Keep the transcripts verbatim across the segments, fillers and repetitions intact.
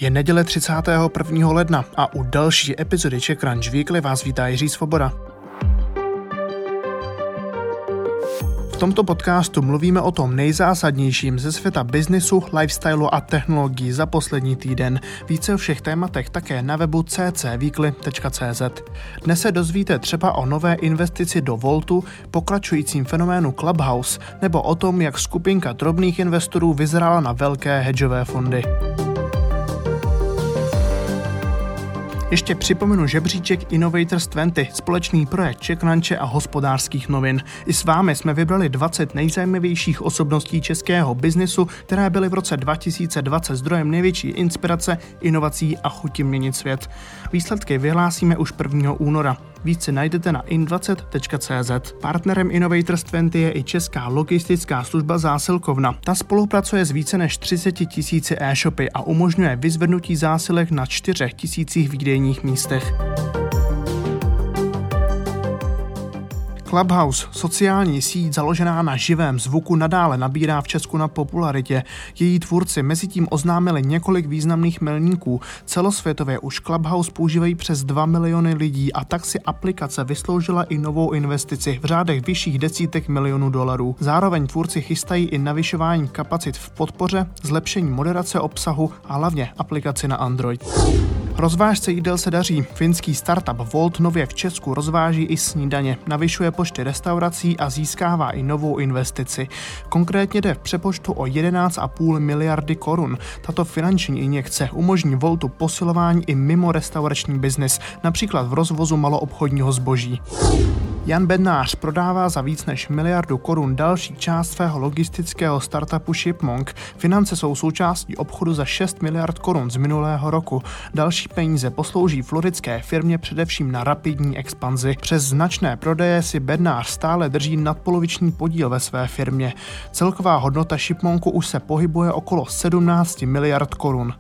Je neděle třicátého prvního ledna a u další epizody Czech Crunch Weekly vás vítá Jiří Svoboda. V tomto podcastu mluvíme o tom nejzásadnějším ze světa biznisu, lifestylu a technologií za poslední týden. Více o všech tématech také na webu c c weekly tečka c z. Dnes se dozvíte třeba o nové investici do Voltu, pokračujícím fenoménu Clubhouse nebo o tom, jak skupinka drobných investorů vyzrála na velké hedžové fondy. Ještě připomenu žebříček Innovators dvacet, společný projekt Czech Crunche a Hospodářských novin. I s vámi jsme vybrali dvacet nejzajímavějších osobností českého biznisu, které byly v roce dva tisíce dvacet zdrojem největší inspirace, inovací a chuti měnit svět. Výsledky vyhlásíme už prvního února. Více najdete na in dvacet tečka c z. Partnerem Innovators dvacet je i česká logistická služba Zásilkovna. Ta spolupracuje s více než třicet tisíci e-shopy a umožňuje vyzvednutí zásilek na čtyřech tisících výdejních místech. Clubhouse, sociální síť založená na živém zvuku, nadále nabírá v Česku na popularitě. Její tvůrci mezitím oznámili několik významných milníků. Celosvětově už Clubhouse používají přes dva miliony lidí a tak si aplikace vysloužila i novou investici v řádech vyšších desítek milionů dolarů. Zároveň tvůrci chystají i navyšování kapacit v podpoře, zlepšení moderace obsahu a hlavně aplikaci na Android. Rozvážce jídel se daří. Finský startup Volt nově v Česku rozváží i snídaně, navyšuje počty restaurací a získává i novou investici. Konkrétně jde v přepočtu o jedenáct celá pět miliardy korun. Tato finanční injekce umožní Voltu posilování i mimo restaurační biznis, například v rozvozu maloobchodního zboží. Jan Bednář prodává za víc než miliardu korun další část svého logistického startupu Shipmonk. Finance jsou součástí obchodu za šest miliard korun z minulého roku. Další peníze poslouží floridské firmě především na rapidní expanzi. Přes značné prodeje si Bednář stále drží nadpoloviční podíl ve své firmě. Celková hodnota Shipmonku už se pohybuje okolo sedmnáct miliard korun.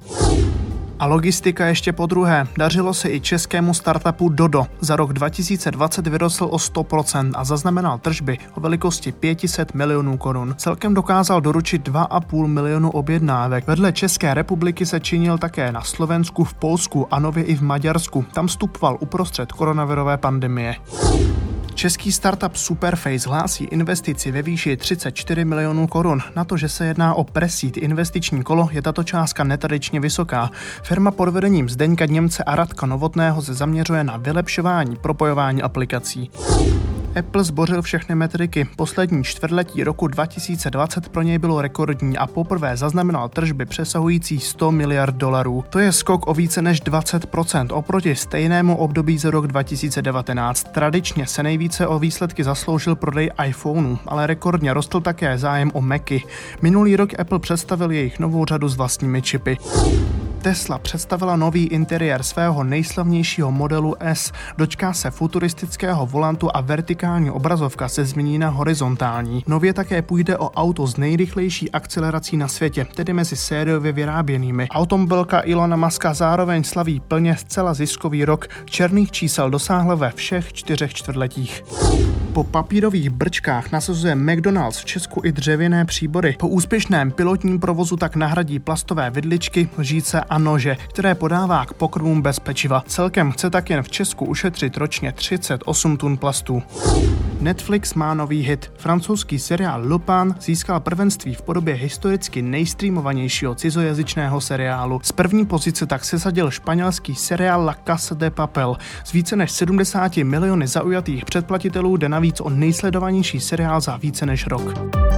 A logistika ještě po druhé. Dařilo se i českému startupu Dodo. Za rok dva tisíce dvacet vyrostl o sto procent a zaznamenal tržby o velikosti pět set milionů korun. Celkem dokázal doručit dva a půl milionu objednávek. Vedle České republiky se činil také na Slovensku, v Polsku a nově i v Maďarsku. Tam vstupoval uprostřed koronavirové pandemie. Český startup Superface hlásí investici ve výši třicet čtyři milionů korun. Na to, že se jedná o pre-seed investiční kolo, je tato částka netradičně vysoká. Firma pod vedením Zdeňka Němce a Radka Novotného se zaměřuje na vylepšování propojování aplikací. Apple zbořil všechny metriky. Poslední čtvrtletí roku dva tisíce dvacet pro něj bylo rekordní a poprvé zaznamenal tržby přesahující sto miliard dolarů. To je skok o více než dvacet procent oproti stejnému období za rok dva tisíce devatenáct. Tradičně se nejvíce o výsledky zasloužil prodej iPhonů, ale rekordně rostl také zájem o Macy. Minulý rok Apple představil jejich novou řadu s vlastními čipy. Tesla představila nový interiér svého nejslavnějšího modelu S. Dočká se futuristického volantu a vertikální obrazovka se změní na horizontální. Nově také půjde o auto s nejrychlejší akcelerací na světě, tedy mezi sériově vyráběnými. Automobilka Elona Muska zároveň slaví plně zcela ziskový rok. Černých čísel dosáhla ve všech čtyřech čtvrtletích. Po papírových brčkách nasazuje McDonald's v Česku i dřevěné příbory. Po úspěšném pilotním provozu tak nahradí plastové vidličky, lžíce a nože, které podává k pokrmům bez pečiva. Celkem chce tak jen v Česku ušetřit ročně třicet osm tun plastů. Netflix má nový hit. Francouzský seriál Lupin získal prvenství v podobě historicky nejstreamovanějšího cizojazyčného seriálu. Z první pozice tak sesadil španělský seriál La Casa de Papel. Z více než sedmdesáti miliony zaujatých předplatitelů jde navíc o nejsledovanější seriál za více než rok.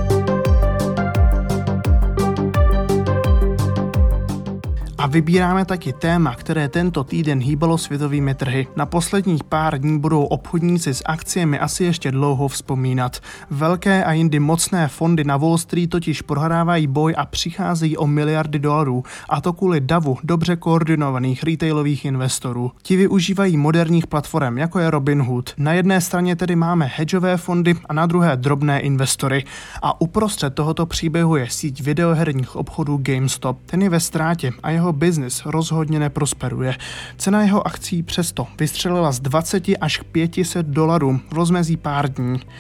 A vybíráme taky téma, které tento týden hýbalo světovými trhy. Na posledních pár dní budou obchodníci s akciemi asi ještě dlouho vzpomínat. Velké a jindy mocné fondy na Wall Street totiž prohrávají boj a přicházejí o miliardy dolarů, a to kvůli davu dobře koordinovaných retailových investorů. Ti využívají moderních platform, jako je Robinhood. Na jedné straně tedy máme hedžové fondy a na druhé drobné investory. A uprostřed tohoto příběhu je síť videoherních obchodů GameStop. Ten je ve ztrátě a jeho biznis rozhodně neprosperuje. Cena jeho akcí přesto vystřelila z dvacet až pět set dolarů v rozmezí pár dní.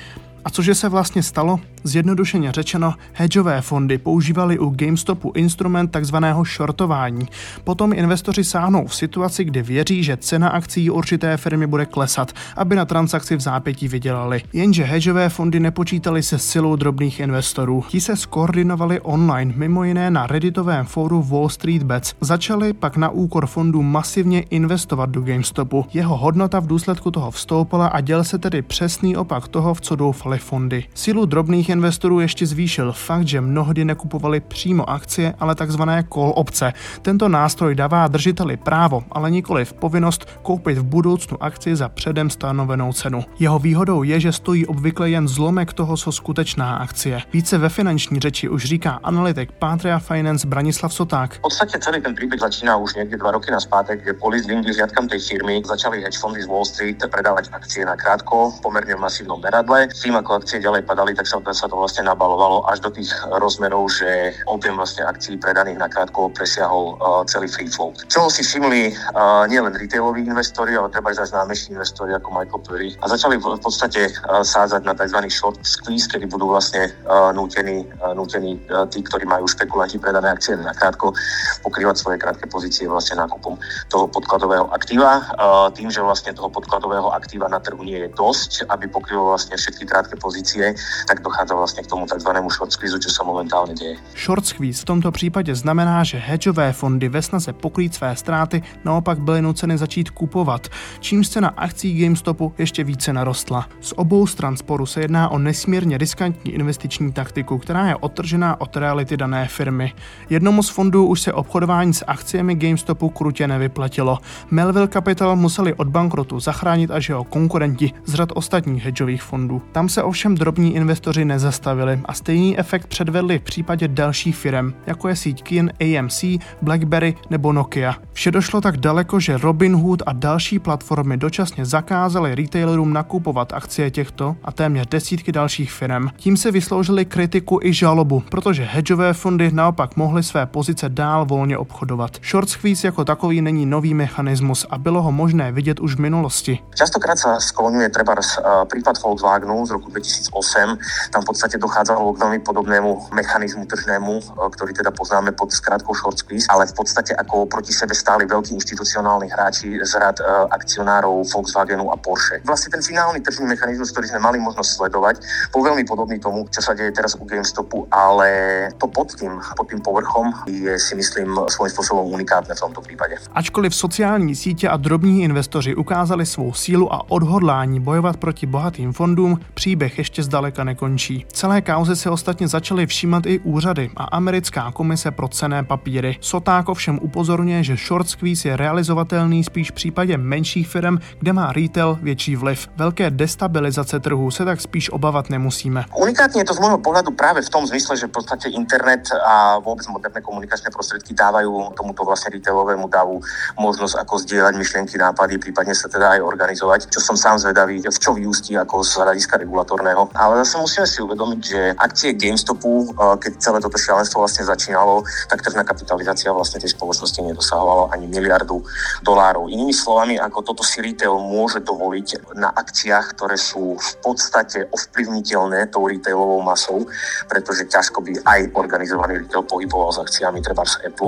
A cože se vlastně stalo? Zjednodušeně řečeno, hedžové fondy používaly u GameStopu instrument takzvaného shortování. Potom investoři sáhnou v situaci, kdy věří, že cena akcií určité firmy bude klesat, aby na transakci v zápětí vydělali. Jenže hedžové fondy nepočítali se silou drobných investorů. Ti se skoordinovali online, mimo jiné na redditovém fóru Wall Street Bets. Začali pak na úkor fondů masivně investovat do GameStopu. Jeho hodnota v důsledku toho vstoupila a děl se tedy přesný opak toho, v co doufali fondy. Sílu drobných investorů ještě zvýšil fakt, že mnohdy nekupovali přímo akcie, ale takzvané call opce. Tento nástroj dává držiteli právo, ale nikoli v povinnost koupit v budoucnu akci za předem stanovenou cenu. Jeho výhodou je, že stojí obvykle jen zlomek toho, co skutečná akcie. Více ve finanční řeči už říká analytik Patria Finance Branislav Soták. V podstatě celý ten príbeh začíná už někdy dva roky naspátek, kde kvôli zlým vyhliadkám tej firmy začali hedge fondy z Wall Street predávať akcie na krátko, pomerne v masívnom meradle. S tým, ako akcie ďalej padali, tak sa, sa to vlastne nabalovalo až do tých rozmerov, že objem vlastne akcií predaných na krátko presiahol uh, celý free float. Čoho si všimli uh, nielen retailoví investori, ale treba aj známejší investori ako Michael Burry a začali v podstate uh, sádzať na tzv. Short squeeze, kedy budú vlastne uh, nútení, uh, nútení uh, tí, ktorí majú špekulanti predané akcie na krátko, pokrývať svoje krátke pozície vlastne nákupom toho podkladového aktíva. Uh, tým, že vlastne toho podkladového aktíva na trhu nie je dosť, aby pokrylo vlastne všetky krátke pozície, tak dochádza vlastne k tomu takzvanému short squeeze, čo sa momentálne deje. Short squeeze v tomto případě znamená, že hedžové fondy ve snaze pokrýt své ztráty naopak byly nuceny začít kupovat, čímž cena akcí GameStopu ještě více narostla. Z obou stran sporu se jedná o nesmírně riskantní investiční taktiku, která je odtržená od reality dané firmy. Jednomu z fondů už se obchodování s akciemi GameStopu krutě nevyplatilo. Melville Capital museli od bankrotu zachránit až jeho konkurenti z řad ostatních hedžových fondů. Tam se ovšem drobní investoři nezastavili a stejný efekt předvedli v případě dalších firem, jako je síť Kin, A M C, BlackBerry nebo Nokia. Vše došlo tak daleko, že Robinhood a další platformy dočasně zakázaly retailerům nakupovat akcie těchto a téměř desítky dalších firem. Tím se vysloužili kritiku i žalobu, protože hedžové fondy naopak mohly své pozice dál volně obchodovat. Short squeeze jako takový není nový mechanismus a bylo ho možné vidět už v minulosti. Častokrát sa skloňuje trebárs uh, prípad Volkswagenu z roku dvetisícosem. Tam v podstate dochádzalo k veľmi podobnému mechanizmu tržnému, uh, ktorý teda poznáme pod skratkou short squeeze, ale v podstate ako proti sebe stáli veľkí inštitucionálni hráči z rad uh, akcionárov Volkswagenu a Porsche. Vlastne ten finálny tržný mechanizmus, ktorý sme mali možnosť sledovať, bol veľmi podobný tomu, čo sa deje teraz u GameStopu, ale to pod tým, pod tým povrchom je, si myslím, svojím spôsobom unikátne v tomto prípade. Ačkoliv sociální sítě a drobní investoři ukázali svou sílu a odhodlání bojovat proti bohatým fondům, příběh ještě zdaleka nekončí. Celé kauzy se ostatně začaly všímat i úřady a americká komise pro cenné papíry. Soták ovšem upozorňuje, že short squeeze je realizovatelný spíš v případě menších firm, kde má retail větší vliv. Velké destabilizace trhu se tak spíš obávat nemusíme. Unikátne je to z môjho pohľadu práve v tom zmysle, že v podstate internet a vôbec moderné komunikačné prostriedky dávajú tomuto vlastne retailovému davu možnosť ako zdieľať myšlienky, nápady, prípadne sa teda aj organizovať, čo som sám zvedavý, v čo vyústí ako z hľadiska regulatorného. Ale zase musíme si uvedomiť, že akcie GameStopu, keď celé toto šialenstvo vlastne začínalo, tak tržná kapitalizácia vlastne tej spoločnosti nedosahovala ani miliardu dolárov. Inými slovami, ako toto si retail môže dovoliť na akciách, ktoré sú v podstate ovplyvniteľné tou retailovou masou, pretože ťažko by aj organizovaný retail pohyboval s akciami trebárs Apple.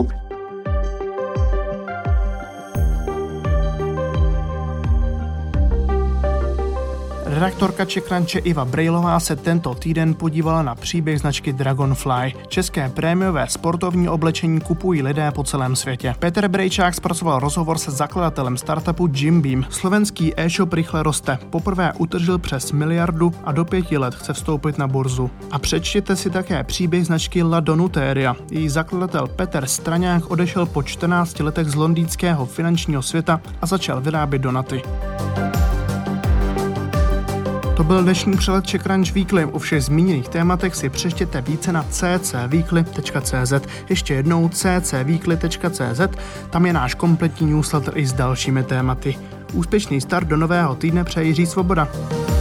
Redaktorka CzechCrunche Iva Brejlová se tento týden podívala na příběh značky Dragonfly. České prémiové sportovní oblečení kupují lidé po celém světě. Petr Brejčák zpracoval rozhovor se zakladatelem startupu Jim Beam. Slovenský e-shop rychle roste. Poprvé utržil přes miliardu a do pěti let chce vstoupit na burzu. A přečtěte si také příběh značky La Donuteria. Její zakladatel Petr Straňák odešel po čtrnácti letech z londýnského finančního světa a začal vyrábět donaty. To byl dnešní přelet CzechCrunch Weekly. O všech zmíněných tématech si přečtěte více na c c weekly tečka c z. Ještě jednou c c weekly tečka c z, tam je náš kompletní newsletter i s dalšími tématy. Úspěšný start do nového týdne přeje Jiří Svoboda.